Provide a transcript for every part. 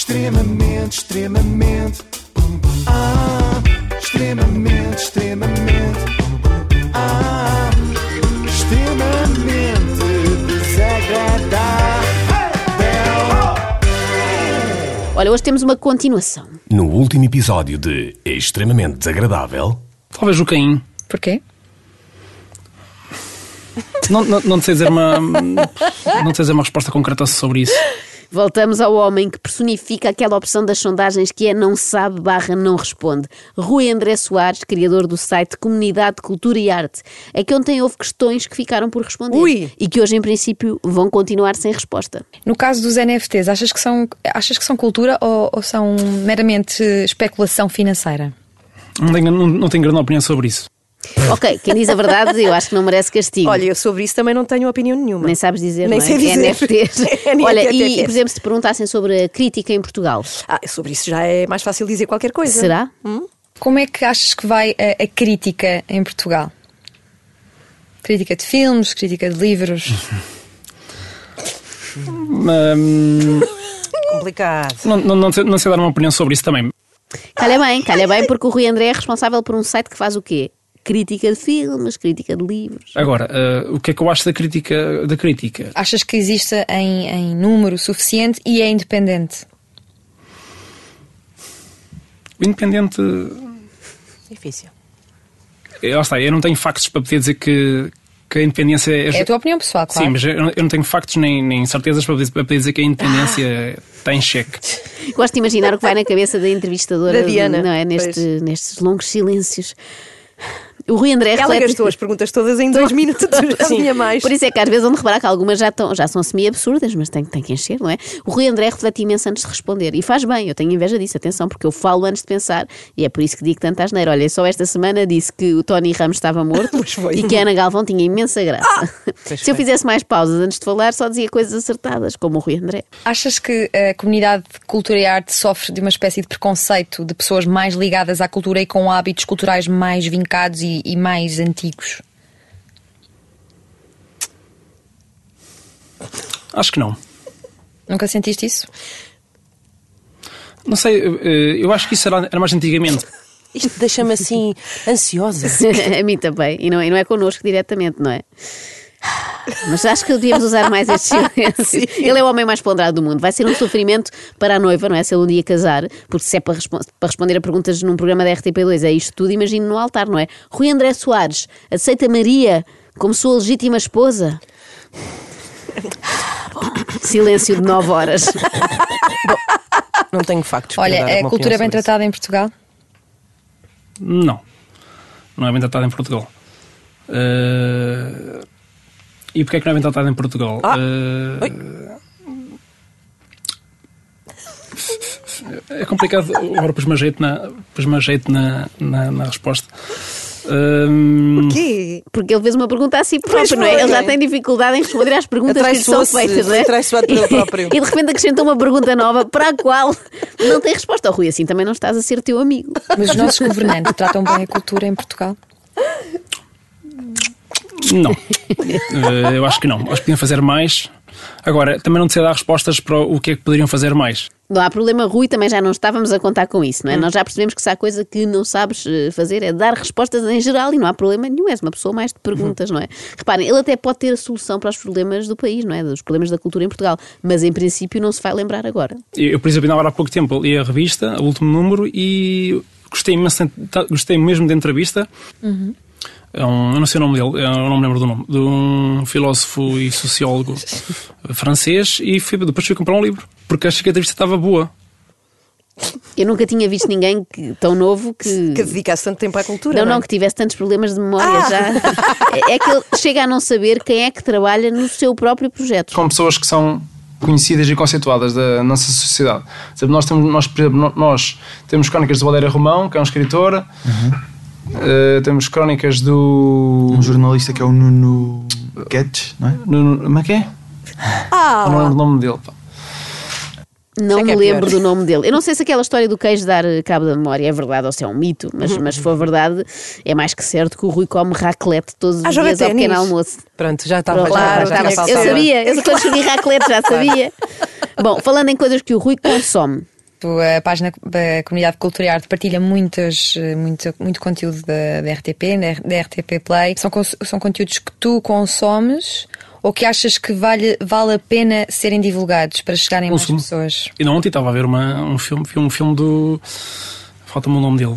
Extremamente, extremamente. Extremamente, extremamente. Extremamente desagradável. Olha, hoje temos uma continuação. No último episódio de Extremamente Desagradável... Talvez o Caim. Porquê? Não sei dizer uma resposta concreta sobre isso. Voltamos ao homem que personifica aquela opção das sondagens que é não sabe / não responde. Rui André Soares, criador do site Comunidade de Cultura e Arte. É que ontem houve questões que ficaram por responder e que hoje, em princípio, vão continuar sem resposta. No caso dos NFTs, achas que são cultura ou são meramente especulação financeira? Não tenho grande opinião sobre isso. Ok, quem diz a verdade eu acho que não merece castigo. Olha, eu sobre isso também não tenho opinião nenhuma. Nem sabes dizer, Nem não é? sei dizer. NFTs. Olha, e por exemplo, se te perguntassem sobre a crítica em Portugal. Sobre isso já é mais fácil dizer qualquer coisa. Será? Como é que achas que vai a crítica em Portugal? Crítica de filmes, crítica de livros? Complicado. Não sei dar uma opinião sobre isso também. Calha bem, porque o Rui André é responsável por um site que faz o quê? Crítica de filmes, crítica de livros. Agora, o que é que eu acho da crítica? Achas que existe em número suficiente e é independente? O independente... Difícil. Lá está, eu não tenho factos para poder dizer que a independência... É a tua opinião pessoal, claro. Sim, mas eu não tenho factos nem certezas para poder dizer que a independência está em xeque. Gosto de imaginar o que vai na cabeça da entrevistadora, da Diana, não é? Nestes longos silêncios. O Rui André Ela gastou as perguntas todas em 2 minutos, já tinha mais. Por isso é que às vezes vão reparar que algumas já são semi-absurdas, mas tem que encher, não é? O Rui André reflete imenso antes de responder. E faz bem, eu tenho inveja disso, atenção, porque eu falo antes de pensar e é por isso que digo tanta asneira. Olha, só esta semana disse que o Tony Ramos estava morto e que a Ana Galvão tinha imensa graça. Se eu fizesse mais pausas antes de falar, só dizia coisas acertadas, como o Rui André. Achas que a comunidade de cultura e arte sofre de uma espécie de preconceito de pessoas mais ligadas à cultura e com hábitos culturais mais vincados e mais antigos? Acho que não. Nunca sentiste isso? Não sei, eu acho que isso era mais antigamente. Isto deixa-me assim ansiosa. A mim também, e não é connosco diretamente, não é? Mas acho que devíamos usar mais estes silêncios. Ele é o homem mais ponderado do mundo. Vai ser um sofrimento para a noiva, não é? Se ele um dia casar, porque se é para responder a perguntas num programa da RTP2, é isto tudo, imagino no altar, não é? Rui André Soares aceita Maria como sua legítima esposa? Silêncio de 9 horas. Não tenho factos. Olha, a cultura é bem tratada em Portugal? Não é bem tratada em Portugal. E porquê é que não é bem tratado em Portugal? É complicado. Agora pus-me a jeito na resposta. Porquê? Porque ele fez uma pergunta a si próprio, não é? Ele já tem dificuldade em responder às perguntas que lhe são feitas, não é? Atraiçoado pelo próprio. E de repente acrescentou uma pergunta nova para a qual não tem resposta. Oh, Rui, assim também não estás a ser teu amigo. Mas os nossos governantes tratam bem a cultura em Portugal? Não. Eu acho que não. Acho que podiam fazer mais. Agora, também não sei dar respostas para o que é que poderiam fazer mais. Não há problema, Rui, também já não estávamos a contar com isso, não é? Nós já percebemos que se há coisa que não sabes fazer é dar respostas em geral e não há problema nenhum, és uma pessoa mais de perguntas, não é? Reparem, ele até pode ter a solução para os problemas do país, não é? Dos problemas da cultura em Portugal, mas em princípio não se vai lembrar agora. Eu por exemplo, agora há pouco tempo li a revista, o último número, e gostei mesmo da entrevista. Eu não sei o nome dele, eu não me lembro do nome, de um filósofo e sociólogo francês, e depois fui comprar um livro, porque achei que a entrevista estava boa. Eu nunca tinha visto ninguém tão novo que dedicasse tanto tempo à cultura. Não, que tivesse tantos problemas de memória já. É que ele chega a não saber quem é que trabalha no seu próprio projeto. Com pessoas que são conhecidas e conceituadas da nossa sociedade. Nós temos crónicas de Valéria Romão, que é um escritor. Temos crónicas do... um jornalista que é o Nuno Guedes, não é? Como é que é? Eu não lembro o nome dele. Não me lembro do nome dele. Eu não sei se aquela história do queijo dar cabo da memória é verdade ou se é um mito, mas se for verdade, é mais que certo que o Rui come raclette todos os dias ao pequeno almoço. Pronto, já estava. Eu sabia, eu quando escrevi raclette já sabia. Bom, falando em coisas que o Rui consome, A página da Comunidade de Cultura e Arte partilha muito conteúdo da RTP, da RTP Play. São conteúdos que tu consomes ou que achas que vale a pena serem divulgados para chegarem a mais pessoas? E ontem estava a ver um filme do... Falta-me o nome dele.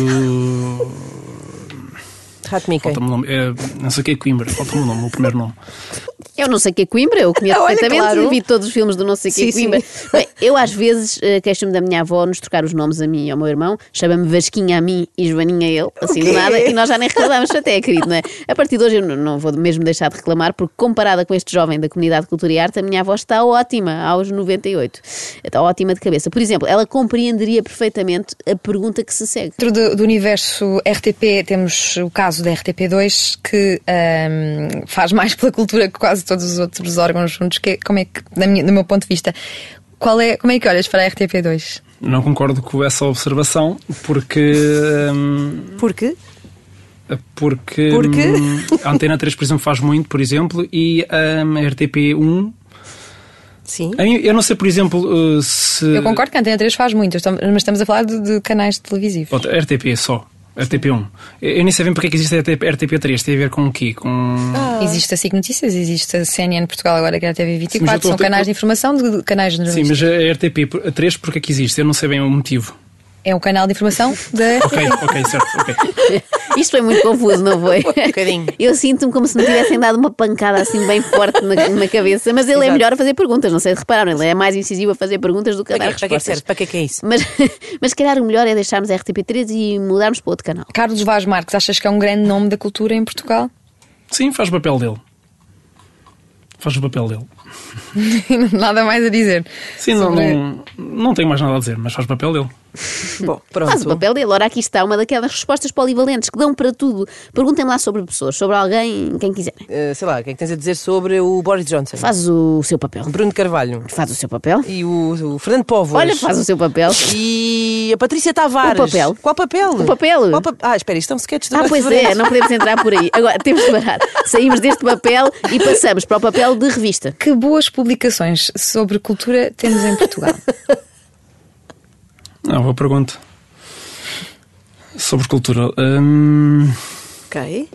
Rato Mickey. Falta-me o nome. Não sei o que é Coimbra. Falta-me o nome, o primeiro nome. Eu não sei o que é Coimbra, eu conheço Olha, perfeitamente, claro. vi todos os filmes do não sei o que é Sim, Coimbra. sim. Bem, eu às vezes queixo-me da minha avó nos trocar os nomes a mim e ao meu irmão, chama-me Vasquinha a mim e Joaninha a ele, assim do nada, e nós já nem reclamamos até, querido, não é? A partir de hoje eu não vou mesmo deixar de reclamar, porque comparada com este jovem da Comunidade de Cultura e Arte, a minha avó está ótima, aos 98. Está ótima de cabeça. Por exemplo, ela compreenderia perfeitamente a pergunta que se segue. Dentro do universo RTP temos o caso da RTP2 que faz mais pela cultura que quase todos os outros órgãos juntos. Como é que, do meu ponto de vista, como é que olhas para a RTP2? Não concordo com essa observação, porque... Por quê? Porque a Antena 3, por exemplo, faz muito, por exemplo, e a RTP1... Sim. Eu não sei, por exemplo, se... Eu concordo que a Antena 3 faz muito, mas estamos a falar de canais televisivos. Pronto, RTP só. RTP1. Eu nem sei bem porque é que existe a RTP3. Tem a ver com o quê? Existe a SIC Notícias, existe a CNN Portugal agora, que é a TV24. Sim, são canais de informação de canais Sim, jornalísticos. mas a RTP3 porque é que existe? Eu não sei bem o motivo. É um canal de informação da RTP. Ok, certo. Ok. Isto foi muito confuso, não foi? Um bocadinho. Eu sinto-me como se me tivessem dado uma pancada assim bem forte na cabeça, mas ele é Exato. melhor a fazer perguntas, não sei se repararam, ele é mais incisivo a fazer perguntas do que a dar Para que é que respostas. serve? Para que é isso? Mas se calhar o melhor é deixarmos a RTP3 e mudarmos para outro canal. Carlos Vaz Marques, achas que é um grande nome da cultura em Portugal? Sim, faz o papel dele. Nada mais a dizer. Sim, não tenho mais nada a dizer, mas faz o papel dele. Bom, pronto. Faz o papel dele. Ora, aqui está uma daquelas respostas polivalentes que dão para tudo. Perguntem-me lá sobre pessoas, sobre alguém, quem quiserem. Sei lá, o que é que tens a dizer sobre o Boris Johnson? Faz o seu papel. Bruno Carvalho. Faz o seu papel. E o Fernando Povos. Olha, faz o seu papel. E a Patrícia Tavares. O papel. Qual papel? O papel. Espera, isto é um sketch do Ah, pois é, não podemos entrar por aí. Agora, temos de parar. Saímos deste papel e passamos para o papel de revista. Que boas publicações sobre cultura temos em Portugal? Boa pergunta. Sobre cultura. Ok.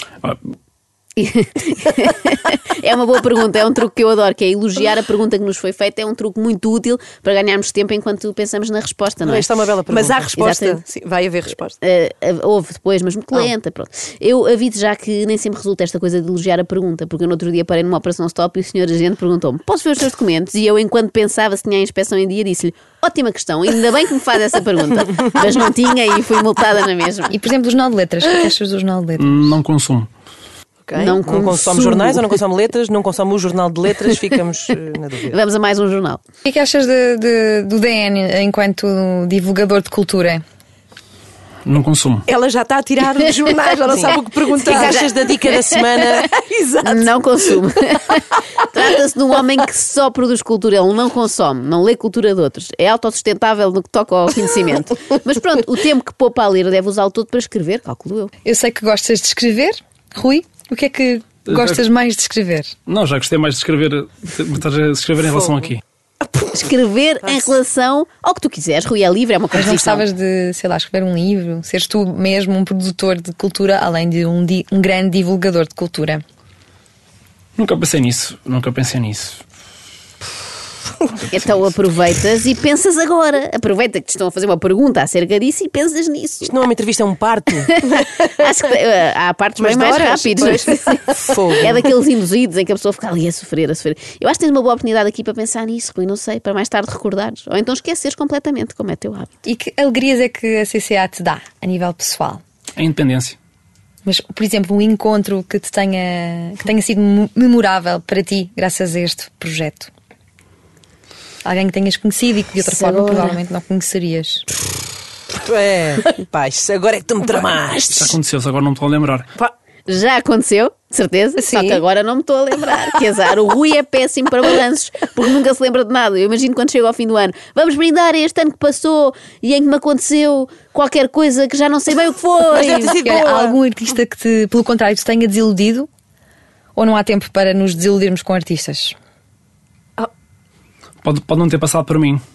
É uma boa pergunta, é um truque que eu adoro, que é elogiar a pergunta que nos foi feita. É um truque muito útil para ganharmos tempo enquanto pensamos na resposta, não é? Esta é uma bela pergunta. Mas há resposta. Exatamente. Sim, vai haver resposta. Houve depois, mas muito lenta. Pronto. Eu aviso já que nem sempre resulta esta coisa de elogiar a pergunta, porque eu no outro dia parei numa operação stop e o senhor agente perguntou-me: posso ver os seus documentos? E eu, enquanto pensava se tinha a inspeção em dia, disse-lhe: ótima questão, ainda bem que me faz essa pergunta. Mas não tinha e fui multada na mesma. E, por exemplo, o Jornal de Letras. O que achas do Jornal de Letras? Não consumo. Okay. Não consome consumo. jornais ou não consome letras, não consome o jornal de letras, ficamos na dúvida. Vamos a mais um jornal. O que é que achas do DN enquanto divulgador de cultura? Não consumo. Ela já está a tirar os jornais, já não sabe o que perguntar. O que achas da dica da semana? Exato. Não consumo. Trata-se de um homem que só produz cultura. Ele não consome, não lê cultura de outros. É autossustentável no que toca ao conhecimento. Mas pronto, o tempo que poupa a ler deve usá-lo todo para escrever, calculo eu. Eu sei que gostas de escrever, Rui. O que é que gostas mais de escrever? Não, já gostei mais de escrever. Estás a escrever em relação aqui. Escrever em relação ao que tu quiseres. Rui, é livre, é uma Mas não composição. gostavas de, sei lá, escrever um livro? Seres tu mesmo um produtor de cultura, além de um grande divulgador de cultura? Nunca pensei nisso. Então aproveitas e pensas agora. Aproveita que te estão a fazer uma pergunta acerca disso e pensas nisso. Isto não é uma entrevista, é um parto. Acho que há partes Mas bem mais de horas, rápidas. Fogo. É daqueles induzidos em que a pessoa fica ali a sofrer, a sofrer. Eu acho que tens uma boa oportunidade aqui para pensar nisso, Rui, não sei, para mais tarde recordares. Ou então esqueceres completamente, como é teu hábito. E que alegrias é que a CCA te dá, a nível pessoal? A independência. Mas, por exemplo, um encontro que tenha sido memorável para ti, graças a este projeto? Alguém que tenhas conhecido e que de outra Isso forma agora. provavelmente não conhecerias. Pá, isso agora é que tu me tramaste. Já aconteceu, agora não me estou a lembrar. Pá, Já aconteceu, de certeza, só Sim. que agora não me estou a lembrar. Que azar, o Rui é péssimo para balanços, porque nunca se lembra de nada. Eu imagino quando chego ao fim do ano: vamos brindar a este ano que passou e em que me aconteceu qualquer coisa que já não sei bem o que foi. deve ter sido E olha, boa. há algum artista que, pelo contrário, te tenha desiludido? Ou não há tempo para nos desiludirmos com artistas? Pode não ter passado por mim.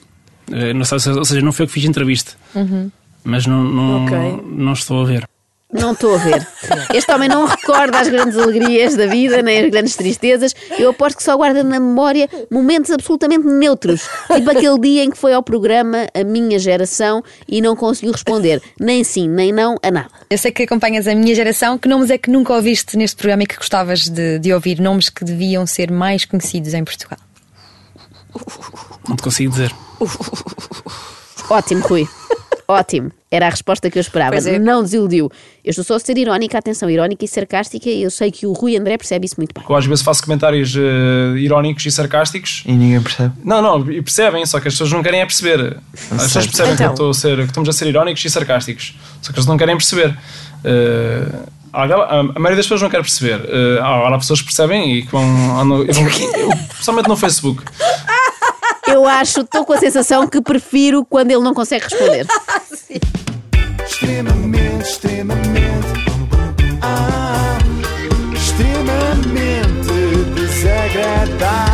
Ou seja, não foi eu que fiz entrevista. Mas não estou a ver. Não estou a ver. Este homem não recorda as grandes alegrias da vida, nem as grandes tristezas. Eu aposto que só guarda na memória momentos absolutamente neutros. Tipo aquele dia em que foi ao programa A Minha Geração e não conseguiu responder nem sim, nem não a nada. Eu sei que acompanhas a minha geração. Que nomes é que nunca ouviste neste programa e que gostavas de ouvir? Nomes que deviam ser mais conhecidos em Portugal. Não te consigo dizer. Ótimo, Rui. Ótimo. Era a resposta que eu esperava. Pois é. Não desiludiu. Eu estou só a ser irónica, atenção, irónica e sarcástica, e eu sei que o Rui André percebe isso muito bem. Eu às vezes faço comentários irónicos e sarcásticos. E ninguém percebe. Não, e percebem, só que as pessoas não querem é perceber. As pessoas percebem que estamos a ser irónicos e sarcásticos, só que eles não querem perceber. A maioria das pessoas não quer perceber. Agora as pessoas percebem e que vão principalmente no Facebook. Eu estou com a sensação que prefiro quando ele não consegue responder. Extremamente, extremamente desagradável.